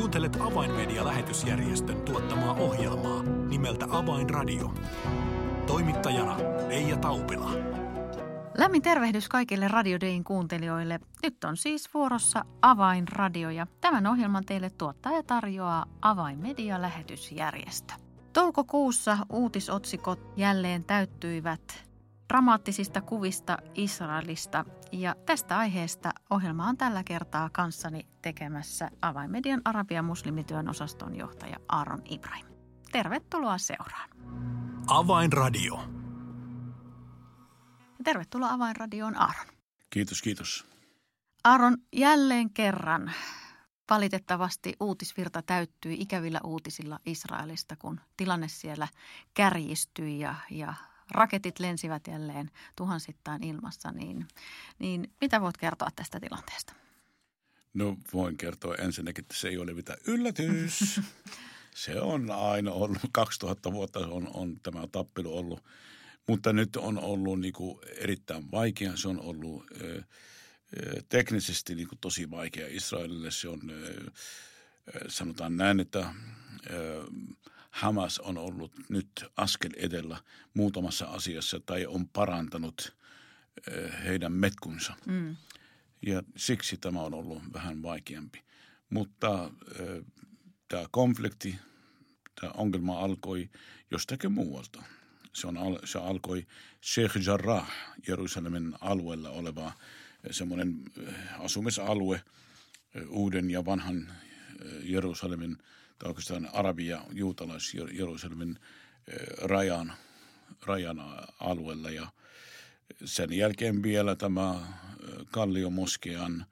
Kuuntelet Avainmedia-lähetysjärjestön tuottamaa ohjelmaa nimeltä Avainradio. Toimittajana Leija Taupila. Lämmin tervehdys kaikille Radio Dayn kuuntelijoille. Nyt on siis vuorossa Avainradio ja tämän ohjelman teille tuottaa ja tarjoaa Avainmedia-lähetysjärjestö. Toukokuussa uutisotsikot jälleen täyttyivät dramaattisista kuvista Israelista ja tästä aiheesta ohjelma on tällä kertaa kanssani tekemässä Avainmedian Arabian muslimityön osaston johtaja Aaron Ibrahim. Tervetuloa seuraan. Avainradio. Tervetuloa Avainradioon, Aaron. Kiitos, kiitos. Aaron, jälleen kerran valitettavasti uutisvirta täyttyi ikävillä uutisilla Israelista, kun tilanne siellä kärjistyi ja raketit lensivät jälleen tuhansittain ilmassa. Niin mitä voit kertoa tästä tilanteesta? No voin kertoa ensinnäkin, että se ei ole mitään yllätys. Se on aina ollut, 2000 vuotta on tämä tappelu ollut. Mutta nyt on ollut niin kuin erittäin vaikea. Se on ollut teknisesti niin kuin tosi vaikea Israelille. Se on, sanotaan näin, että Hamas on ollut nyt askel edellä muutamassa asiassa tai on parantanut heidän metkunsa. Mm. Ja siksi tämä on ollut vähän vaikeampi. Mutta tämä konflikti, tämä ongelma alkoi jostakin muualta. Se alkoi Sheikh Jarrah, Jerusalemin alueella oleva semmoinen asumisalue uuden ja vanhan Jerusalemin, tai oikeastaan arabia juutalais-Jerusalemin rajan alueella. Ja sen jälkeen vielä tämä Kalliomoskean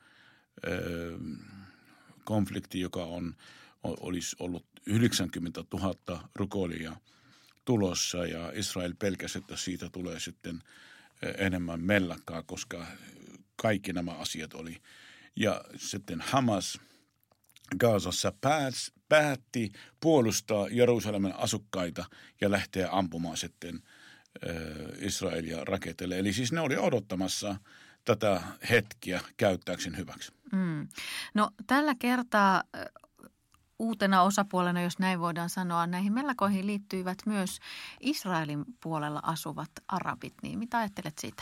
konflikti, joka olisi ollut 90 000 rukoilijaa tulossa ja Israel pelkäsi, että siitä tulee sitten enemmän mellakkaa, koska kaikki nämä asiat oli. Ja sitten Hamas Gazassa päätti puolustaa Jerusalemin asukkaita ja lähteä ampumaan sitten Israelia raketeille. Eli siis ne oli odottamassa tätä hetkiä käyttääkseen hyväksi. Mm. No tällä kertaa uutena osapuolena, jos näin voidaan sanoa, näihin mellakoihin liittyivät myös Israelin puolella asuvat arabit. Niin mitä ajattelet siitä?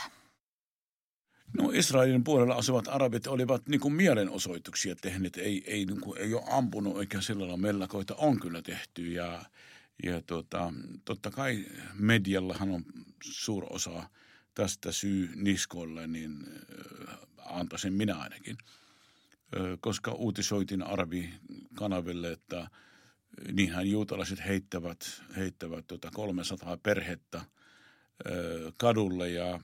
No Israelin puolella asuvat arabit olivat niin kuin mielenosoituksia tehneet. Ei ole ampunut eikä sillä lailla mellakoita on kyllä tehty. Ja totta kai mediallahan on suuri osa tästä syy niskoille, niin antaisin minä ainakin. Koska uutisoitiin arabikanaville, että niinhän juutalaiset heittävät 300 perhettä kadulle ja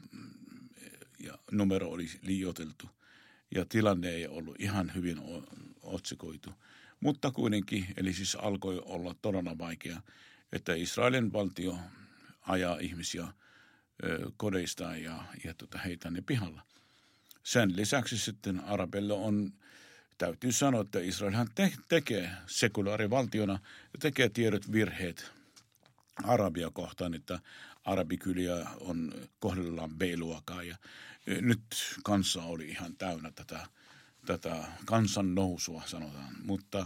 numero oli liioiteltu ja tilanne ei ollut ihan hyvin otsikoitu. Mutta kuitenkin, eli siis alkoi olla todella vaikea, että Israelin valtio ajaa ihmisiä kodeistaan ja heitä ne pihalla. Sen lisäksi sitten arabeille täytyy sanoa, että Israelhan tekee sekulaarivaltiona ja tekee tiedot virheet Arabia kohtaan, että arabikyliä kohdellaan B-luokkaa ja nyt kansa oli ihan täynnä tätä kansan nousua sanotaan, mutta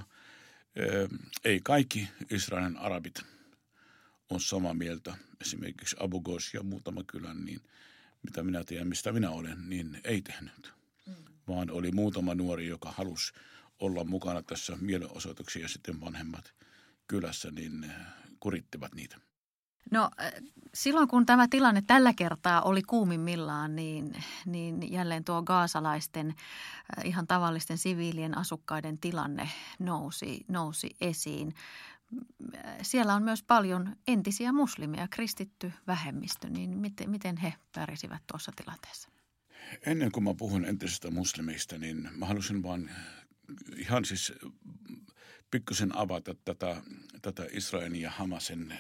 ei kaikki Israelin arabit ole samaa mieltä. Esimerkiksi Abu Ghosh ja muutama kylän, niin mitä minä tiedän, mistä minä olen, niin ei tehnyt. Vaan oli muutama nuori, joka halusi olla mukana tässä mielenosoituksessa ja sitten vanhemmat kylässä, niin kurittivat niitä. No silloin kun tämä tilanne tällä kertaa oli kuumimmillaan, niin jälleen tuo gaasalaisten ihan tavallisten siviilien asukkaiden tilanne nousi esiin. Siellä on myös paljon entisiä muslimeja, kristitty vähemmistö, niin miten he pärjäsivät tuossa tilanteessa? Ennen kuin mä puhun entisistä muslimeista, niin mä halusin vaan ihan siis pikkusen avata tätä Israelin ja Hamasin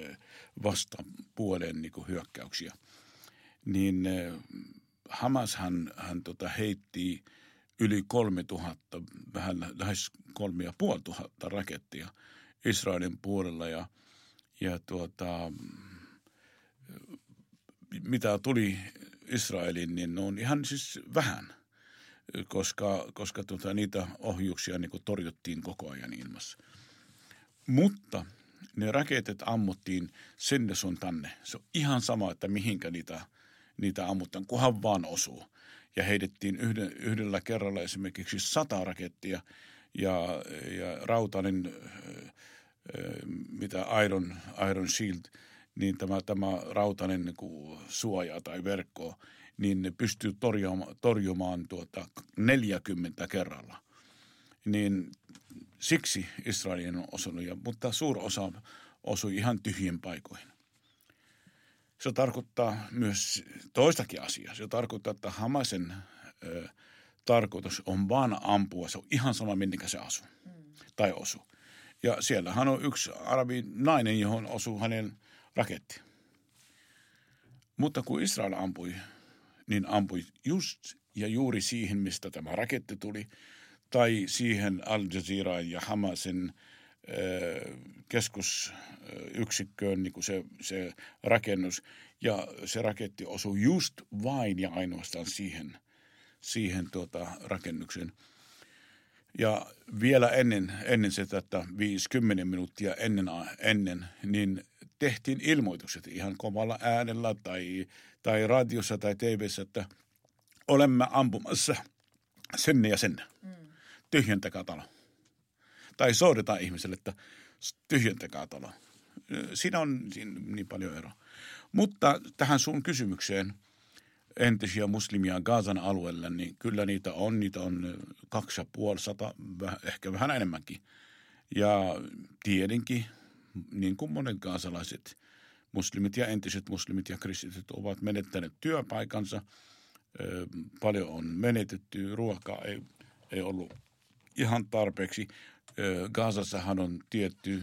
vastapuolen niin kuin hyökkäyksiä. Niin Hamashan heitti yli 3000, vähän lähes 3500 rakettia Israelin puolella ja mitä tuli Israeliin, niin ne on ihan siis vähän. koska niitä ohjuksia niin kuin torjuttiin koko ajan ilmassa. Mutta ne raketit ammuttiin sinne sun tänne. Se on ihan sama, että mihinkä niitä ammutaan, kunhan vaan osuu. Ja heitettiin yhdellä kerralla esimerkiksi 100 rakettia ja rautainen, mitä Iron Shield, niin tämä rautainen niin suoja tai verkko, niin ne pystyy torjumaan 40 kerralla. Niin siksi Israelin on osunut, mutta suuri osa osui ihan tyhjien paikoihin. Se tarkoittaa myös toistakin asiaa. Se tarkoittaa, että Hamasin tarkoitus on vaan ampua. Se on ihan sama, minnekä se asuu tai osuu. Ja siellähän on yksi arabinainen, johon osuu hänen raketti. Mutta kun Israel ampui, niin ampui just ja juuri siihen, mistä tämä raketti tuli, tai siihen Al Jazeeraan ja Hamasin keskusyksikköön niin kuin se rakennus. Ja se raketti osui just vain ja ainoastaan siihen rakennukseen. Ja vielä ennen sitä, että 50 minuuttia ennen, niin tehtiin ilmoitukset ihan kovalla äänellä tai radiossa tai TV:ssä, että olemme ampumassa sinne ja sinne. Tyhjentäkää talo. Tai soitetaan ihmiselle, että tyhjentäkää talo. Siinä on niin paljon eroa. Mutta tähän sun kysymykseen entisiä muslimia Gazan alueella, niin kyllä niitä on 250, ehkä vähän enemmänkin. Ja tiedänkin, niin kuin monet gazalaiset muslimit ja entiset muslimit ja kristityt ovat menettäneet työpaikansa. Paljon on menetetty, ruokaa ei ollut ihan tarpeeksi. Gazassahan on tietty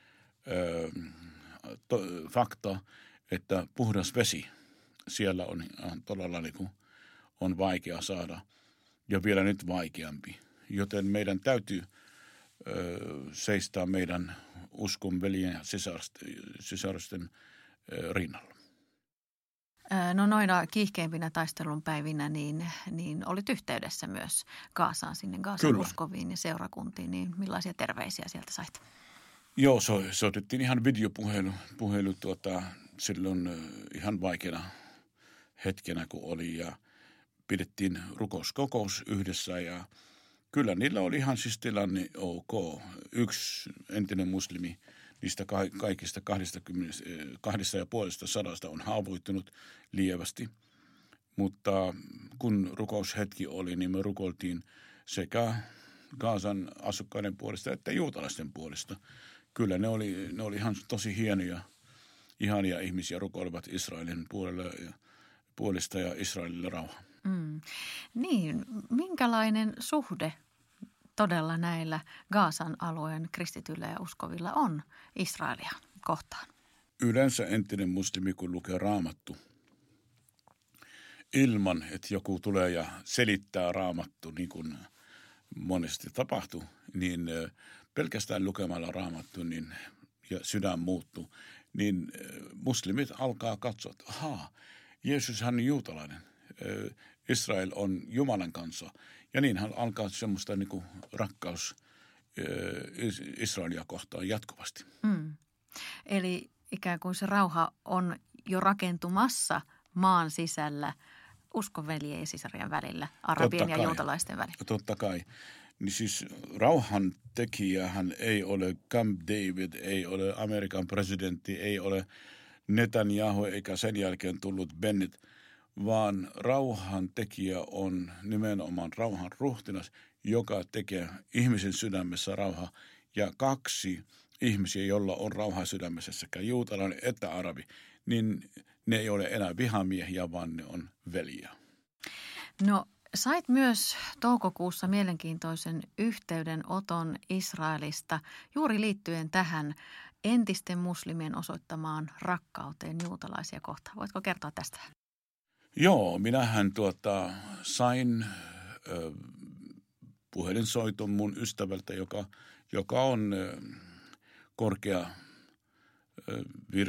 fakta, että puhdas vesi siellä on todella niin kuin on vaikea saada ja vielä nyt vaikeampi. Joten meidän täytyy seistää meidän uskon veljen ja sisarusten rinnalla. No noina kiihkeimpinä taistelun päivinä niin olit yhteydessä myös Gazaan, sinne Gazan uskoviin ja seurakuntiin, niin millaisia terveisiä sieltä sait? Joo, soitettiin ihan videopuhelu silloin ihan vaikeana hetkenä, kun oli ja pidettiin rukouskokous yhdessä ja kyllä niillä oli ihan siis tilanne ok. Yksi entinen muslimi niistä kaikista 250 on haavoittunut lievästi, mutta kun rukoushetki oli, niin me rukoiltiin sekä Gazan asukkaiden puolesta että juutalaisten puolesta. Kyllä ne oli ihan tosi ihania ihmisiä, rukoilevat Israelin puolesta ja Israelille rauha. Niin, minkälainen suhde todella näillä Gazan alueen kristityillä ja uskovilla on Israelia kohtaan? Yleensä entinen muslimi, kun lukee Raamattu, ilman että joku tulee ja selittää Raamattu, niin kuin monesti tapahtuu, niin pelkästään lukemalla Raamattu niin, ja sydän muuttuu, niin muslimit alkaa katsoa, että Jeesus hän on juutalainen. Israel on Jumalan kanssa. Ja niin hän alkaa semmoista niin kuin rakkaus Israelia kohtaan jatkuvasti. Eli ikään kuin se rauha on jo rakentumassa maan sisällä uskonveljien ja sisarien välillä, arabien ja juutalaisten välillä. Totta kai. Niin siis rauhan tekijähän ei ole Camp David, ei ole Amerikan presidentti, ei ole Netanyahu eikä sen jälkeen tullut Bennett, vaan rauhan tekijä on nimenomaan rauhan ruhtinas, joka tekee ihmisen sydämessä rauha. Ja 2 ihmisiä, jolla on rauha sydämessä, sekä juutalainen että arabi, niin ne ei ole enää vihamiehiä, vaan ne on veljiä. No sait myös toukokuussa mielenkiintoisen yhteydenoton Israelista juuri liittyen tähän entisten muslimien osoittamaan rakkauteen juutalaisia kohtaan. Voitko kertoa tästä? Joo, minähän sain puhelinsoiton mun ystävältä, joka on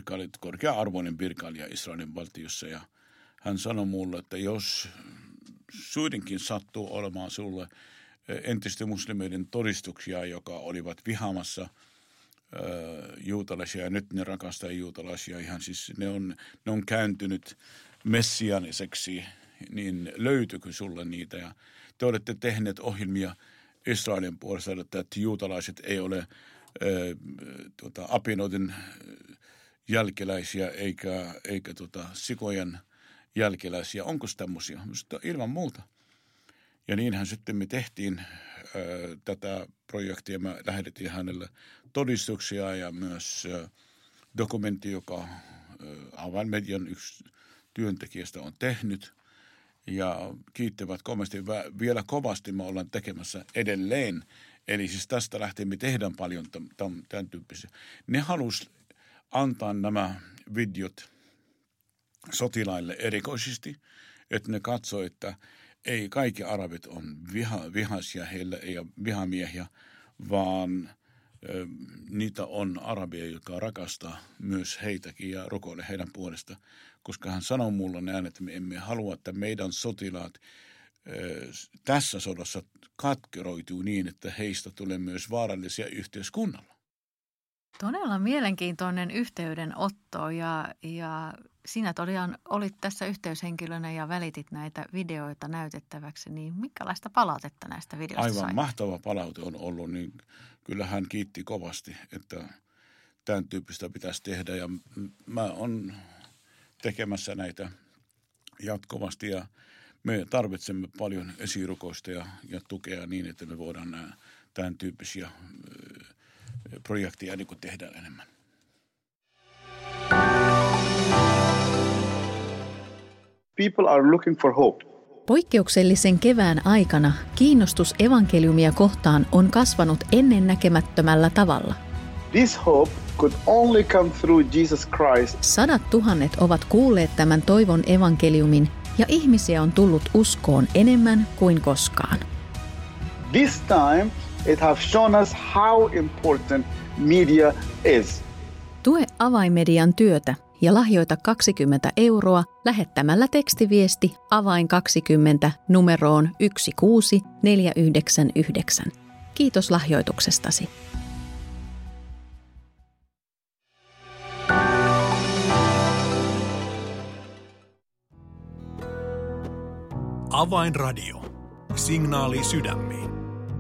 korkea-arvoinen virkailija Israelin valtiossa. Ja hän sanoi mulle, että jos suidenkin sattuu olemaan sulle entisten muslimeiden todistuksia, joka olivat vihaamassa juutalaisia, ja nyt ne rakastaa juutalaisia ihan siis, ne on kääntynyt messianiseksi, niin löytyykö sulle niitä? Ja te olette tehneet ohjelmia Israelin puolesta, että juutalaiset ei ole apinoiden jälkeläisiä eikä sikojen jälkeläisiä. Onko tämmöisiä? Ilman muuta. Ja niinhän sitten me tehtiin tätä projektia. Me lähetettiin hänelle todistuksia ja myös dokumentti, joka Avainmedian yksi työntekijästä on tehnyt. Ja kiittävät kovasti. Vielä kovasti me ollaan tekemässä edelleen. Eli siis tästä lähtien me tehdään paljon tämän tyyppisiä. Ne halusi antaa nämä videot sotilaille erikoisesti, että ne katsoo, että ei kaikki arabit on vihaisia, heillä ei ole vihamiehiä, vaan niitä on arabeja, jotka rakastaa myös heitäkin ja rukoilee heidän puolesta. Koska hän sanoo mulle näin, että me emme halua, että meidän sotilaat tässä sodassa katkeroituu niin, että heistä tulee myös vaarallisia yhteiskunnalla. Todella mielenkiintoinen yhteydenotto ja sinä todella olit tässä yhteyshenkilönä ja välitit näitä videoita näytettäväksi, niin minkälaista palautetta näistä videoista Aivan sai? mahtava palaute on ollut, niin kyllä hän kiitti kovasti, että tämän tyyppistä pitäisi tehdä ja mä oon tekemässä näitä jatkuvasti ja me tarvitsemme paljon esirukoista ja tukea niin, että me voidaan tämän tyyppisiä projekteja niin kuin tehdä enemmän. People are looking for hope. Poikkeuksellisen kevään aikana kiinnostus evankeliumia kohtaan on kasvanut ennennäkemättömällä tavalla. This hope could only come through Jesus Christ. 100 000 ovat kuulleet tämän toivon evankeliumin ja ihmisiä on tullut uskoon enemmän kuin koskaan. This time it has shown us how important media is. Tue Avainmedian työtä ja lahjoita 20 € lähettämällä tekstiviesti avain 20 numeroon 16499. Kiitos lahjoituksestasi. Avainradio. Signaali sydämiin.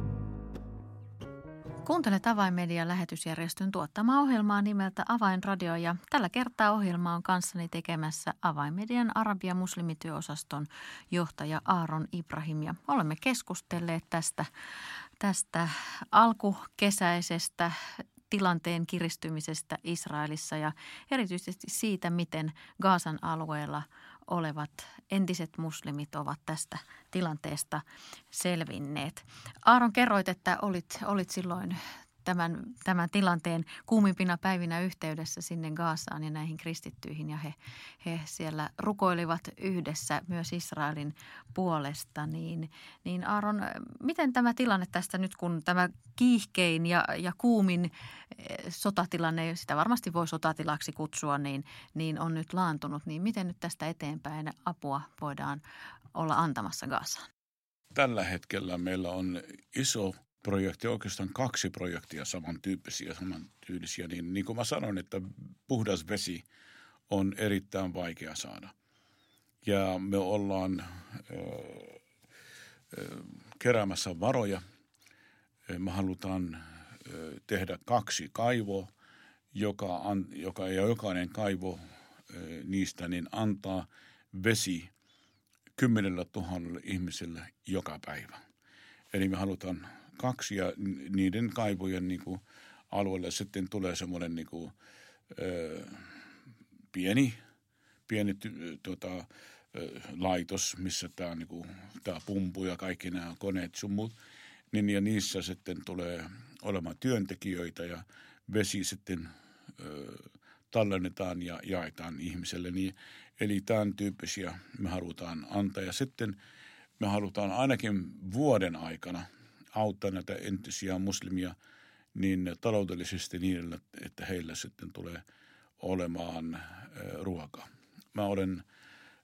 Kuuntelet Avainmedian lähetysjärjestön tuottamaa ohjelmaa nimeltä Avainradio ja tällä kertaa ohjelma on kanssani tekemässä Avainmedian Arabia muslimityöosaston johtaja Aaron Ibrahim ja olemme keskustelleet tästä alkukesäisestä tilanteen kiristymisestä Israelissa ja erityisesti siitä, miten Gazan alueella olevat entiset muslimit ovat tästä tilanteesta selvinneet. Aaron, kerroit, että olit silloin tämän tilanteen kuumimpina päivinä yhteydessä sinne Gazaan ja näihin kristittyihin ja he siellä rukoilivat yhdessä myös Israelin puolesta. Niin Aaron, miten tämä tilanne tästä nyt, kun tämä kiihkein ja kuumin sotatilanne, sitä varmasti voi sotatilaksi kutsua, niin on nyt laantunut, niin miten nyt tästä eteenpäin apua voidaan olla antamassa Gazaan? Tällä hetkellä meillä on iso projekti, oikeastaan 2 projektia samantyylisiä, niin kuin mä sanoin, että puhdas vesi on erittäin vaikea saada. Ja me ollaan keräämässä varoja. Me halutaan tehdä 2 kaivoa, jokainen kaivo niistä niin antaa vesi 10 000 ihmiselle joka päivä. Eli me halutaan 2 ja niiden kaivojen niin kuin alueelle sitten tulee semmoinen niin kuin, pieni laitos, missä tämä niin kuin, pumpu ja kaikki nämä koneet sun muut, niin ja niissä sitten tulee olemaan työntekijöitä ja vesi sitten tallennetaan ja jaetaan ihmiselle. Niin, eli tämän tyyppisiä me halutaan antaa ja sitten me halutaan ainakin vuoden aikana auttaa näitä entisiä muslimia niin taloudellisesti niin, että heillä sitten tulee olemaan ruokaa. Mä olen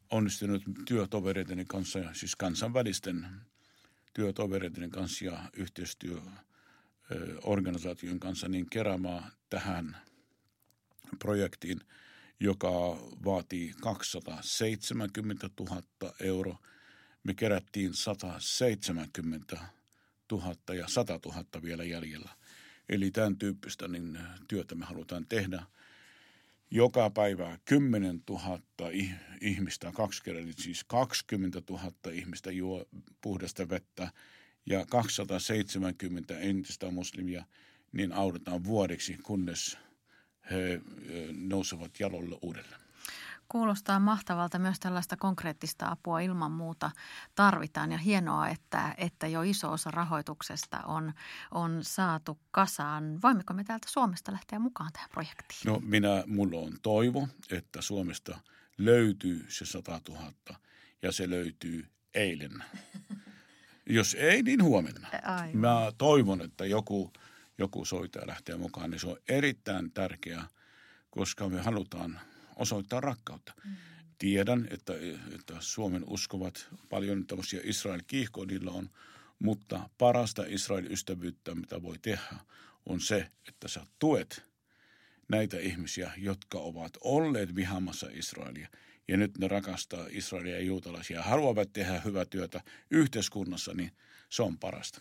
onnistunut työtovereiden kanssa, siis kansainvälisten työtovereiden kanssa ja yhteistyöorganisaation kanssa niin keräämään tähän projektiin, joka vaatii 270 000 euroa. Me kerättiin 170 000 ja 100 000 vielä jäljellä. Eli tämän tyyppistä niin työtä me halutaan tehdä. Joka päivä 10 000 ihmistä, 2 kertaa, siis 20 000 ihmistä juo puhdasta vettä ja 270 entistä muslimia, niin autetaan vuodeksi, kunnes he nousevat jalolle uudelleen. Kuulostaa mahtavalta, myös tällaista konkreettista apua ilman muuta tarvitaan ja hienoa, että jo iso osa rahoituksesta on saatu kasaan. Voimmeko me täältä Suomesta lähteä mukaan tähän projektiin? No mulla on toivo, että Suomesta löytyy se 100 000 ja se löytyy eilen. Jos ei, niin huomenna. Aivan. Mä toivon, että joku soittaja lähtee mukaan, niin se on erittäin tärkeää, koska me halutaan osoittaa rakkautta. Tiedän, että Suomen uskovat paljon tämmöisiä Israel-kiihkoja niillä on, mutta parasta Israel-ystävyyttä, mitä voi tehdä, on se, että sä tuet näitä ihmisiä, jotka ovat olleet vihaamassa Israelia. Ja nyt ne rakastaa Israelia ja juutalaisia ja haluavat tehdä hyvää työtä yhteiskunnassa, niin se on parasta.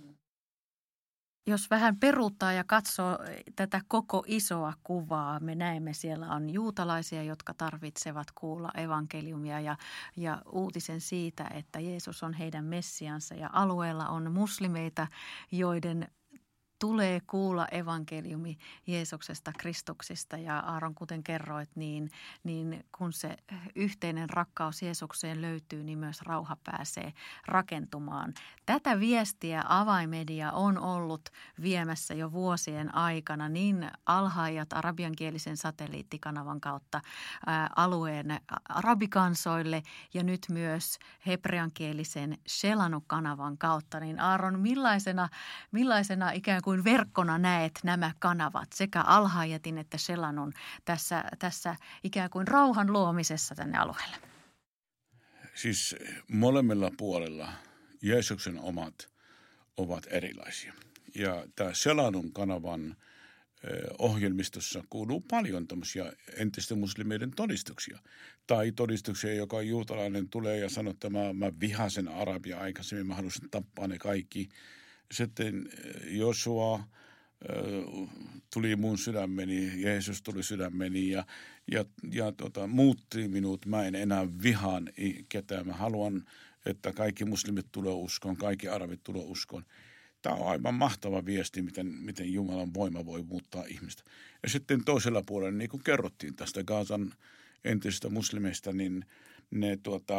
Jos vähän peruuttaa ja katsoo tätä koko isoa kuvaa, me näemme siellä on juutalaisia, jotka tarvitsevat kuulla evankeliumia ja uutisen siitä, että Jeesus on heidän Messiansa. Ja alueella on muslimeita, joiden tulee kuulla evankeliumi Jeesuksesta, Kristuksesta ja Aaron, kuten kerroit, niin kun se yhteinen rakkaus Jeesukseen löytyy, niin myös rauha pääsee rakentumaan. Tätä viestiä Avaimedia on ollut viemässä jo vuosien aikana niin Al-Hayat arabiankielisen satelliittikanavan kautta alueen arabikansoille ja nyt myös hebreankielisen Shelanu-kanavan kautta. Niin Aaron, millaisena ikään kuin verkkona näet nämä kanavat sekä Al-Hayatin että Shelanun tässä ikään kuin rauhan luomisessa tänne alueelle? Siis molemmilla puolella Jeesuksen omat ovat erilaisia. Ja tämä Shelanun kanavan ohjelmistossa kuuluu paljon tämmöisiä entisten muslimeiden todistuksia. Tai todistuksia, joka juutalainen tulee ja sanoo, että mä vihasen arabia aikaisemmin, mä halusin tappaa ne kaikki. Sitten Josua tuli mun sydämeni, Jeesus tuli sydämeni ja muutti minut. Mä en enää vihaan ketään. Mä haluan, että kaikki muslimit tulee uskoon, kaikki arabit tulee uskoon. Tämä on aivan mahtava viesti, miten Jumalan voima voi muuttaa ihmistä. Ja sitten toisella puolella, niin kuin kerrottiin tästä Gazan entisistä muslimeista, niin ne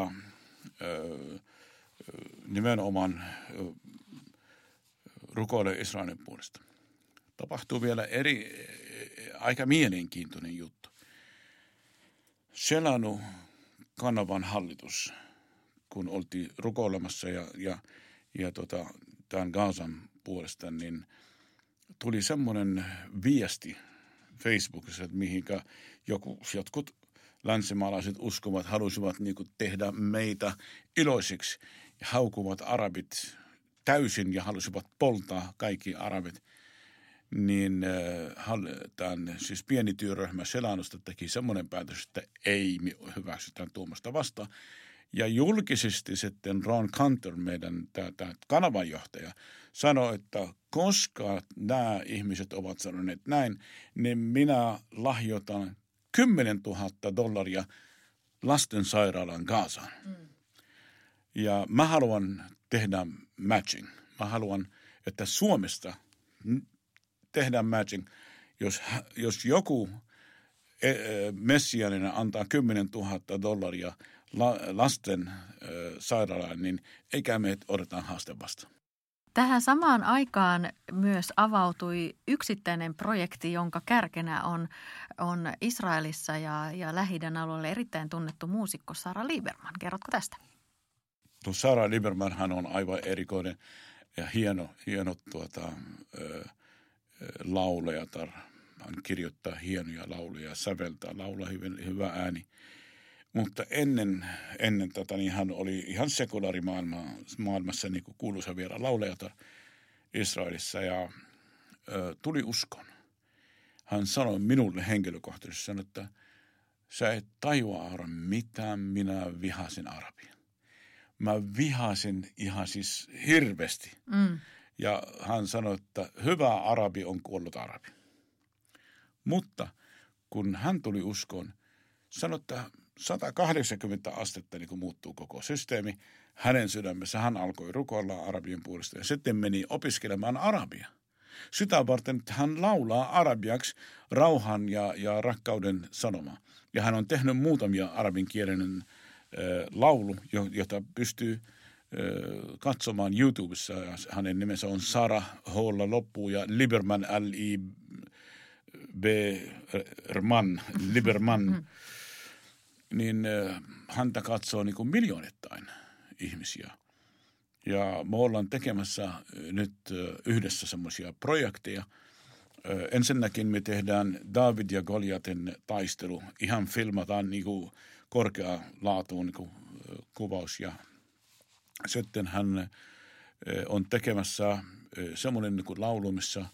nimenomaan rukoilee Israelin puolesta. Tapahtuu vielä aika mielenkiintoinen juttu. Shelanu-kanavan hallitus, kun oltiin rukoilemassa ja tämän Gazan puolesta, niin tuli semmoinen viesti Facebookissa, että mihinkä jotkut länsimaalaiset uskovat halusivat niin kuin tehdä meitä iloisiksi ja haukuvat arabit täysin ja halusivat polttaa kaikki arabit, niin siis pieni työryhmä Shelanusta teki semmoinen päätös, että ei hyväksytään tuomasta vastaan. Ja julkisesti sitten Ron Cantor, meidän tämä kanavanjohtaja, sanoi, että koska nämä ihmiset ovat sanoneet näin, niin minä lahjoitan $10,000 lastensairaalan Gazaan. Ja mä haluan tehdä matching. Mä haluan, että Suomesta tehdään matching. Jos joku messianinen antaa $10,000 lasten sairaalaan, niin eikä me odotetaan haaste vasta. Tähän samaan aikaan myös avautui yksittäinen projekti, jonka kärkenä on Israelissa ja Lähi-idän alueelle erittäin tunnettu muusikko Sarah Lieberman. Kerrotko tästä? Sarah Liebermanhan on aivan erikoinen ja hieno laulajatar. Hän kirjoittaa hienoja lauluja, säveltää, laulaa hyvä ääni. Mutta ennen tätä niin hän oli ihan sekulaarimaailmassa niin kuin kuuluisa vielä laulajatar Israelissa ja tuli uskon. Hän sanoi minulle henkilökohtaisesti, että sä et tajua, Aaron, mitä minä vihasin arabia. Mä vihasin ihan siis hirveästi. Ja hän sanoi, että hyvä arabi on kuollut arabi. Mutta kun hän tuli uskoon, sanoi, että 180 astetta niin kuin muuttuu koko systeemi. Hänen sydämessä hän alkoi rukoilla arabien puolesta ja sitten meni opiskelemaan arabia. Sitä varten, että hän laulaa arabiaksi rauhan ja rakkauden sanomaa. Ja hän on tehnyt muutamia arabinkielinen laulu, jota pystyy katsomaan YouTubessa. Hänen nimensä on Sarah Holla loppuu ja Liberman Liberman. Niin häntä katsoo niin kuin miljoonittain ihmisiä. Ja me ollaan tekemässä nyt yhdessä semmoisia projekteja. Ensinnäkin me tehdään David ja Goliatin taistelu. Ihan filmataan niin kuin korkea laatuun niin kuin kuvaus. Ja sitten hän on tekemässä semmoinen niin kuin laulu, missä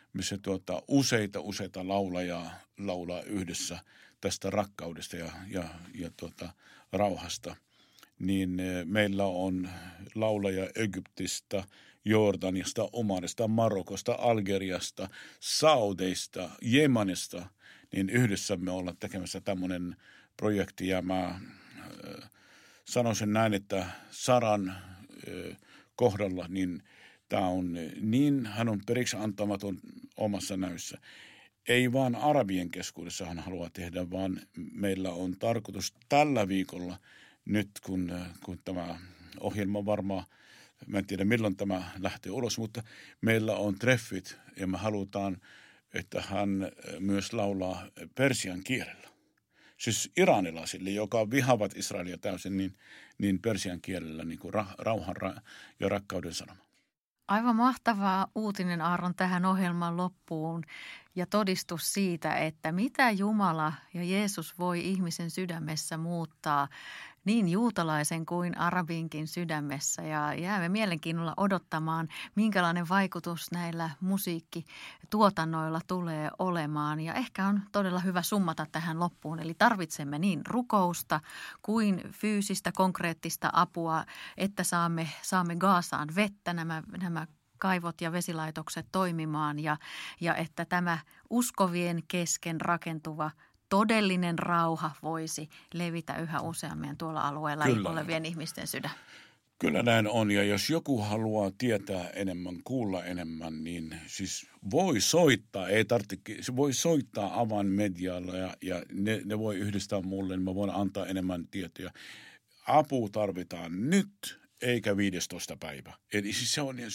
useita laulajaa laulaa yhdessä tästä rakkaudesta ja rauhasta. Niin meillä on laulaja Egyptistä, Jordanista, Omanista, Marokosta, Algeriasta, Saudeista, Jemenistä. Niin yhdessä me ollaan tekemässä tämmöinen projekti ja mä sanoisin näin, että Saran kohdalla niin tämä on niin, hän on periksi antamaton omassa näyssä. Ei vaan arabien keskuudessa hän haluaa tehdä, vaan meillä on tarkoitus tällä viikolla nyt, kun tämä ohjelma varmaan, mä en tiedä milloin tämä lähtee ulos, mutta meillä on treffit ja me halutaan, että hän myös laulaa persian kielellä. Siis iranilaisille, joka vihavat Israelia täysin, niin persian kielellä niin kuin rauhan ja rakkauden sanoma. Aivan mahtavaa uutinen, Aaron, tähän ohjelman loppuun ja todistus siitä, että mitä Jumala ja Jeesus voi ihmisen sydämessä muuttaa niin juutalaisen kuin arabinkin sydämessä. Ja jäämme mielenkiinnolla odottamaan, minkälainen vaikutus näillä musiikkituotannoilla tulee olemaan. Ja ehkä on todella hyvä summata tähän loppuun. Eli tarvitsemme niin rukousta kuin fyysistä, konkreettista apua, että saamme Gazaan vettä, nämä kaivot ja vesilaitokset toimimaan ja että tämä uskovien kesken rakentuva todellinen rauha voisi levitä yhä useammin tuolla alueella olevien ihmisten sydän. Kyllä näin on, ja jos joku haluaa tietää enemmän, kuulla enemmän, niin siis voi soittaa, se voi soittaa Avainmedialla ja ne voi yhdistää mulle, niin mä voin antaa enemmän tietoja. Apu tarvitaan nyt, eikä 15. päivä. Eli siis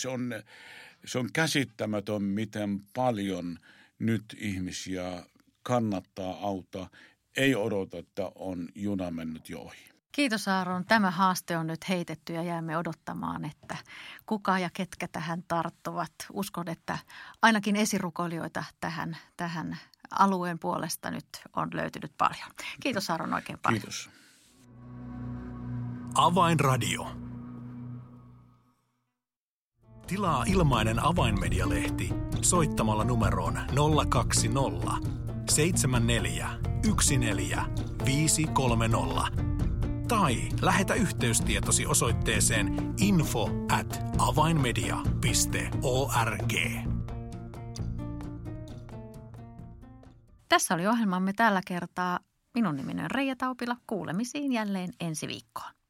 se on käsittämätön, miten paljon nyt ihmisiä kannattaa auttaa. Ei odota, että on juna mennyt jo ohi. Kiitos, Aaron. Tämä haaste on nyt heitetty ja jäämme odottamaan, että kuka ja ketkä tähän tarttuvat. Uskon, että ainakin esirukoilijoita tähän alueen puolesta nyt on löytynyt paljon. Kiitos, Aaron, oikein paljon. Kiitos. Avainradio. Tilaa ilmainen Avainmedia-lehti soittamalla numeroon 020 74 14 530 tai lähetä yhteystietosi osoitteeseen info@avainmedia.org. Tässä oli ohjelmamme tällä kertaa. Minun nimeni on Reija Taupila. Kuulemisiin jälleen ensi viikkoon.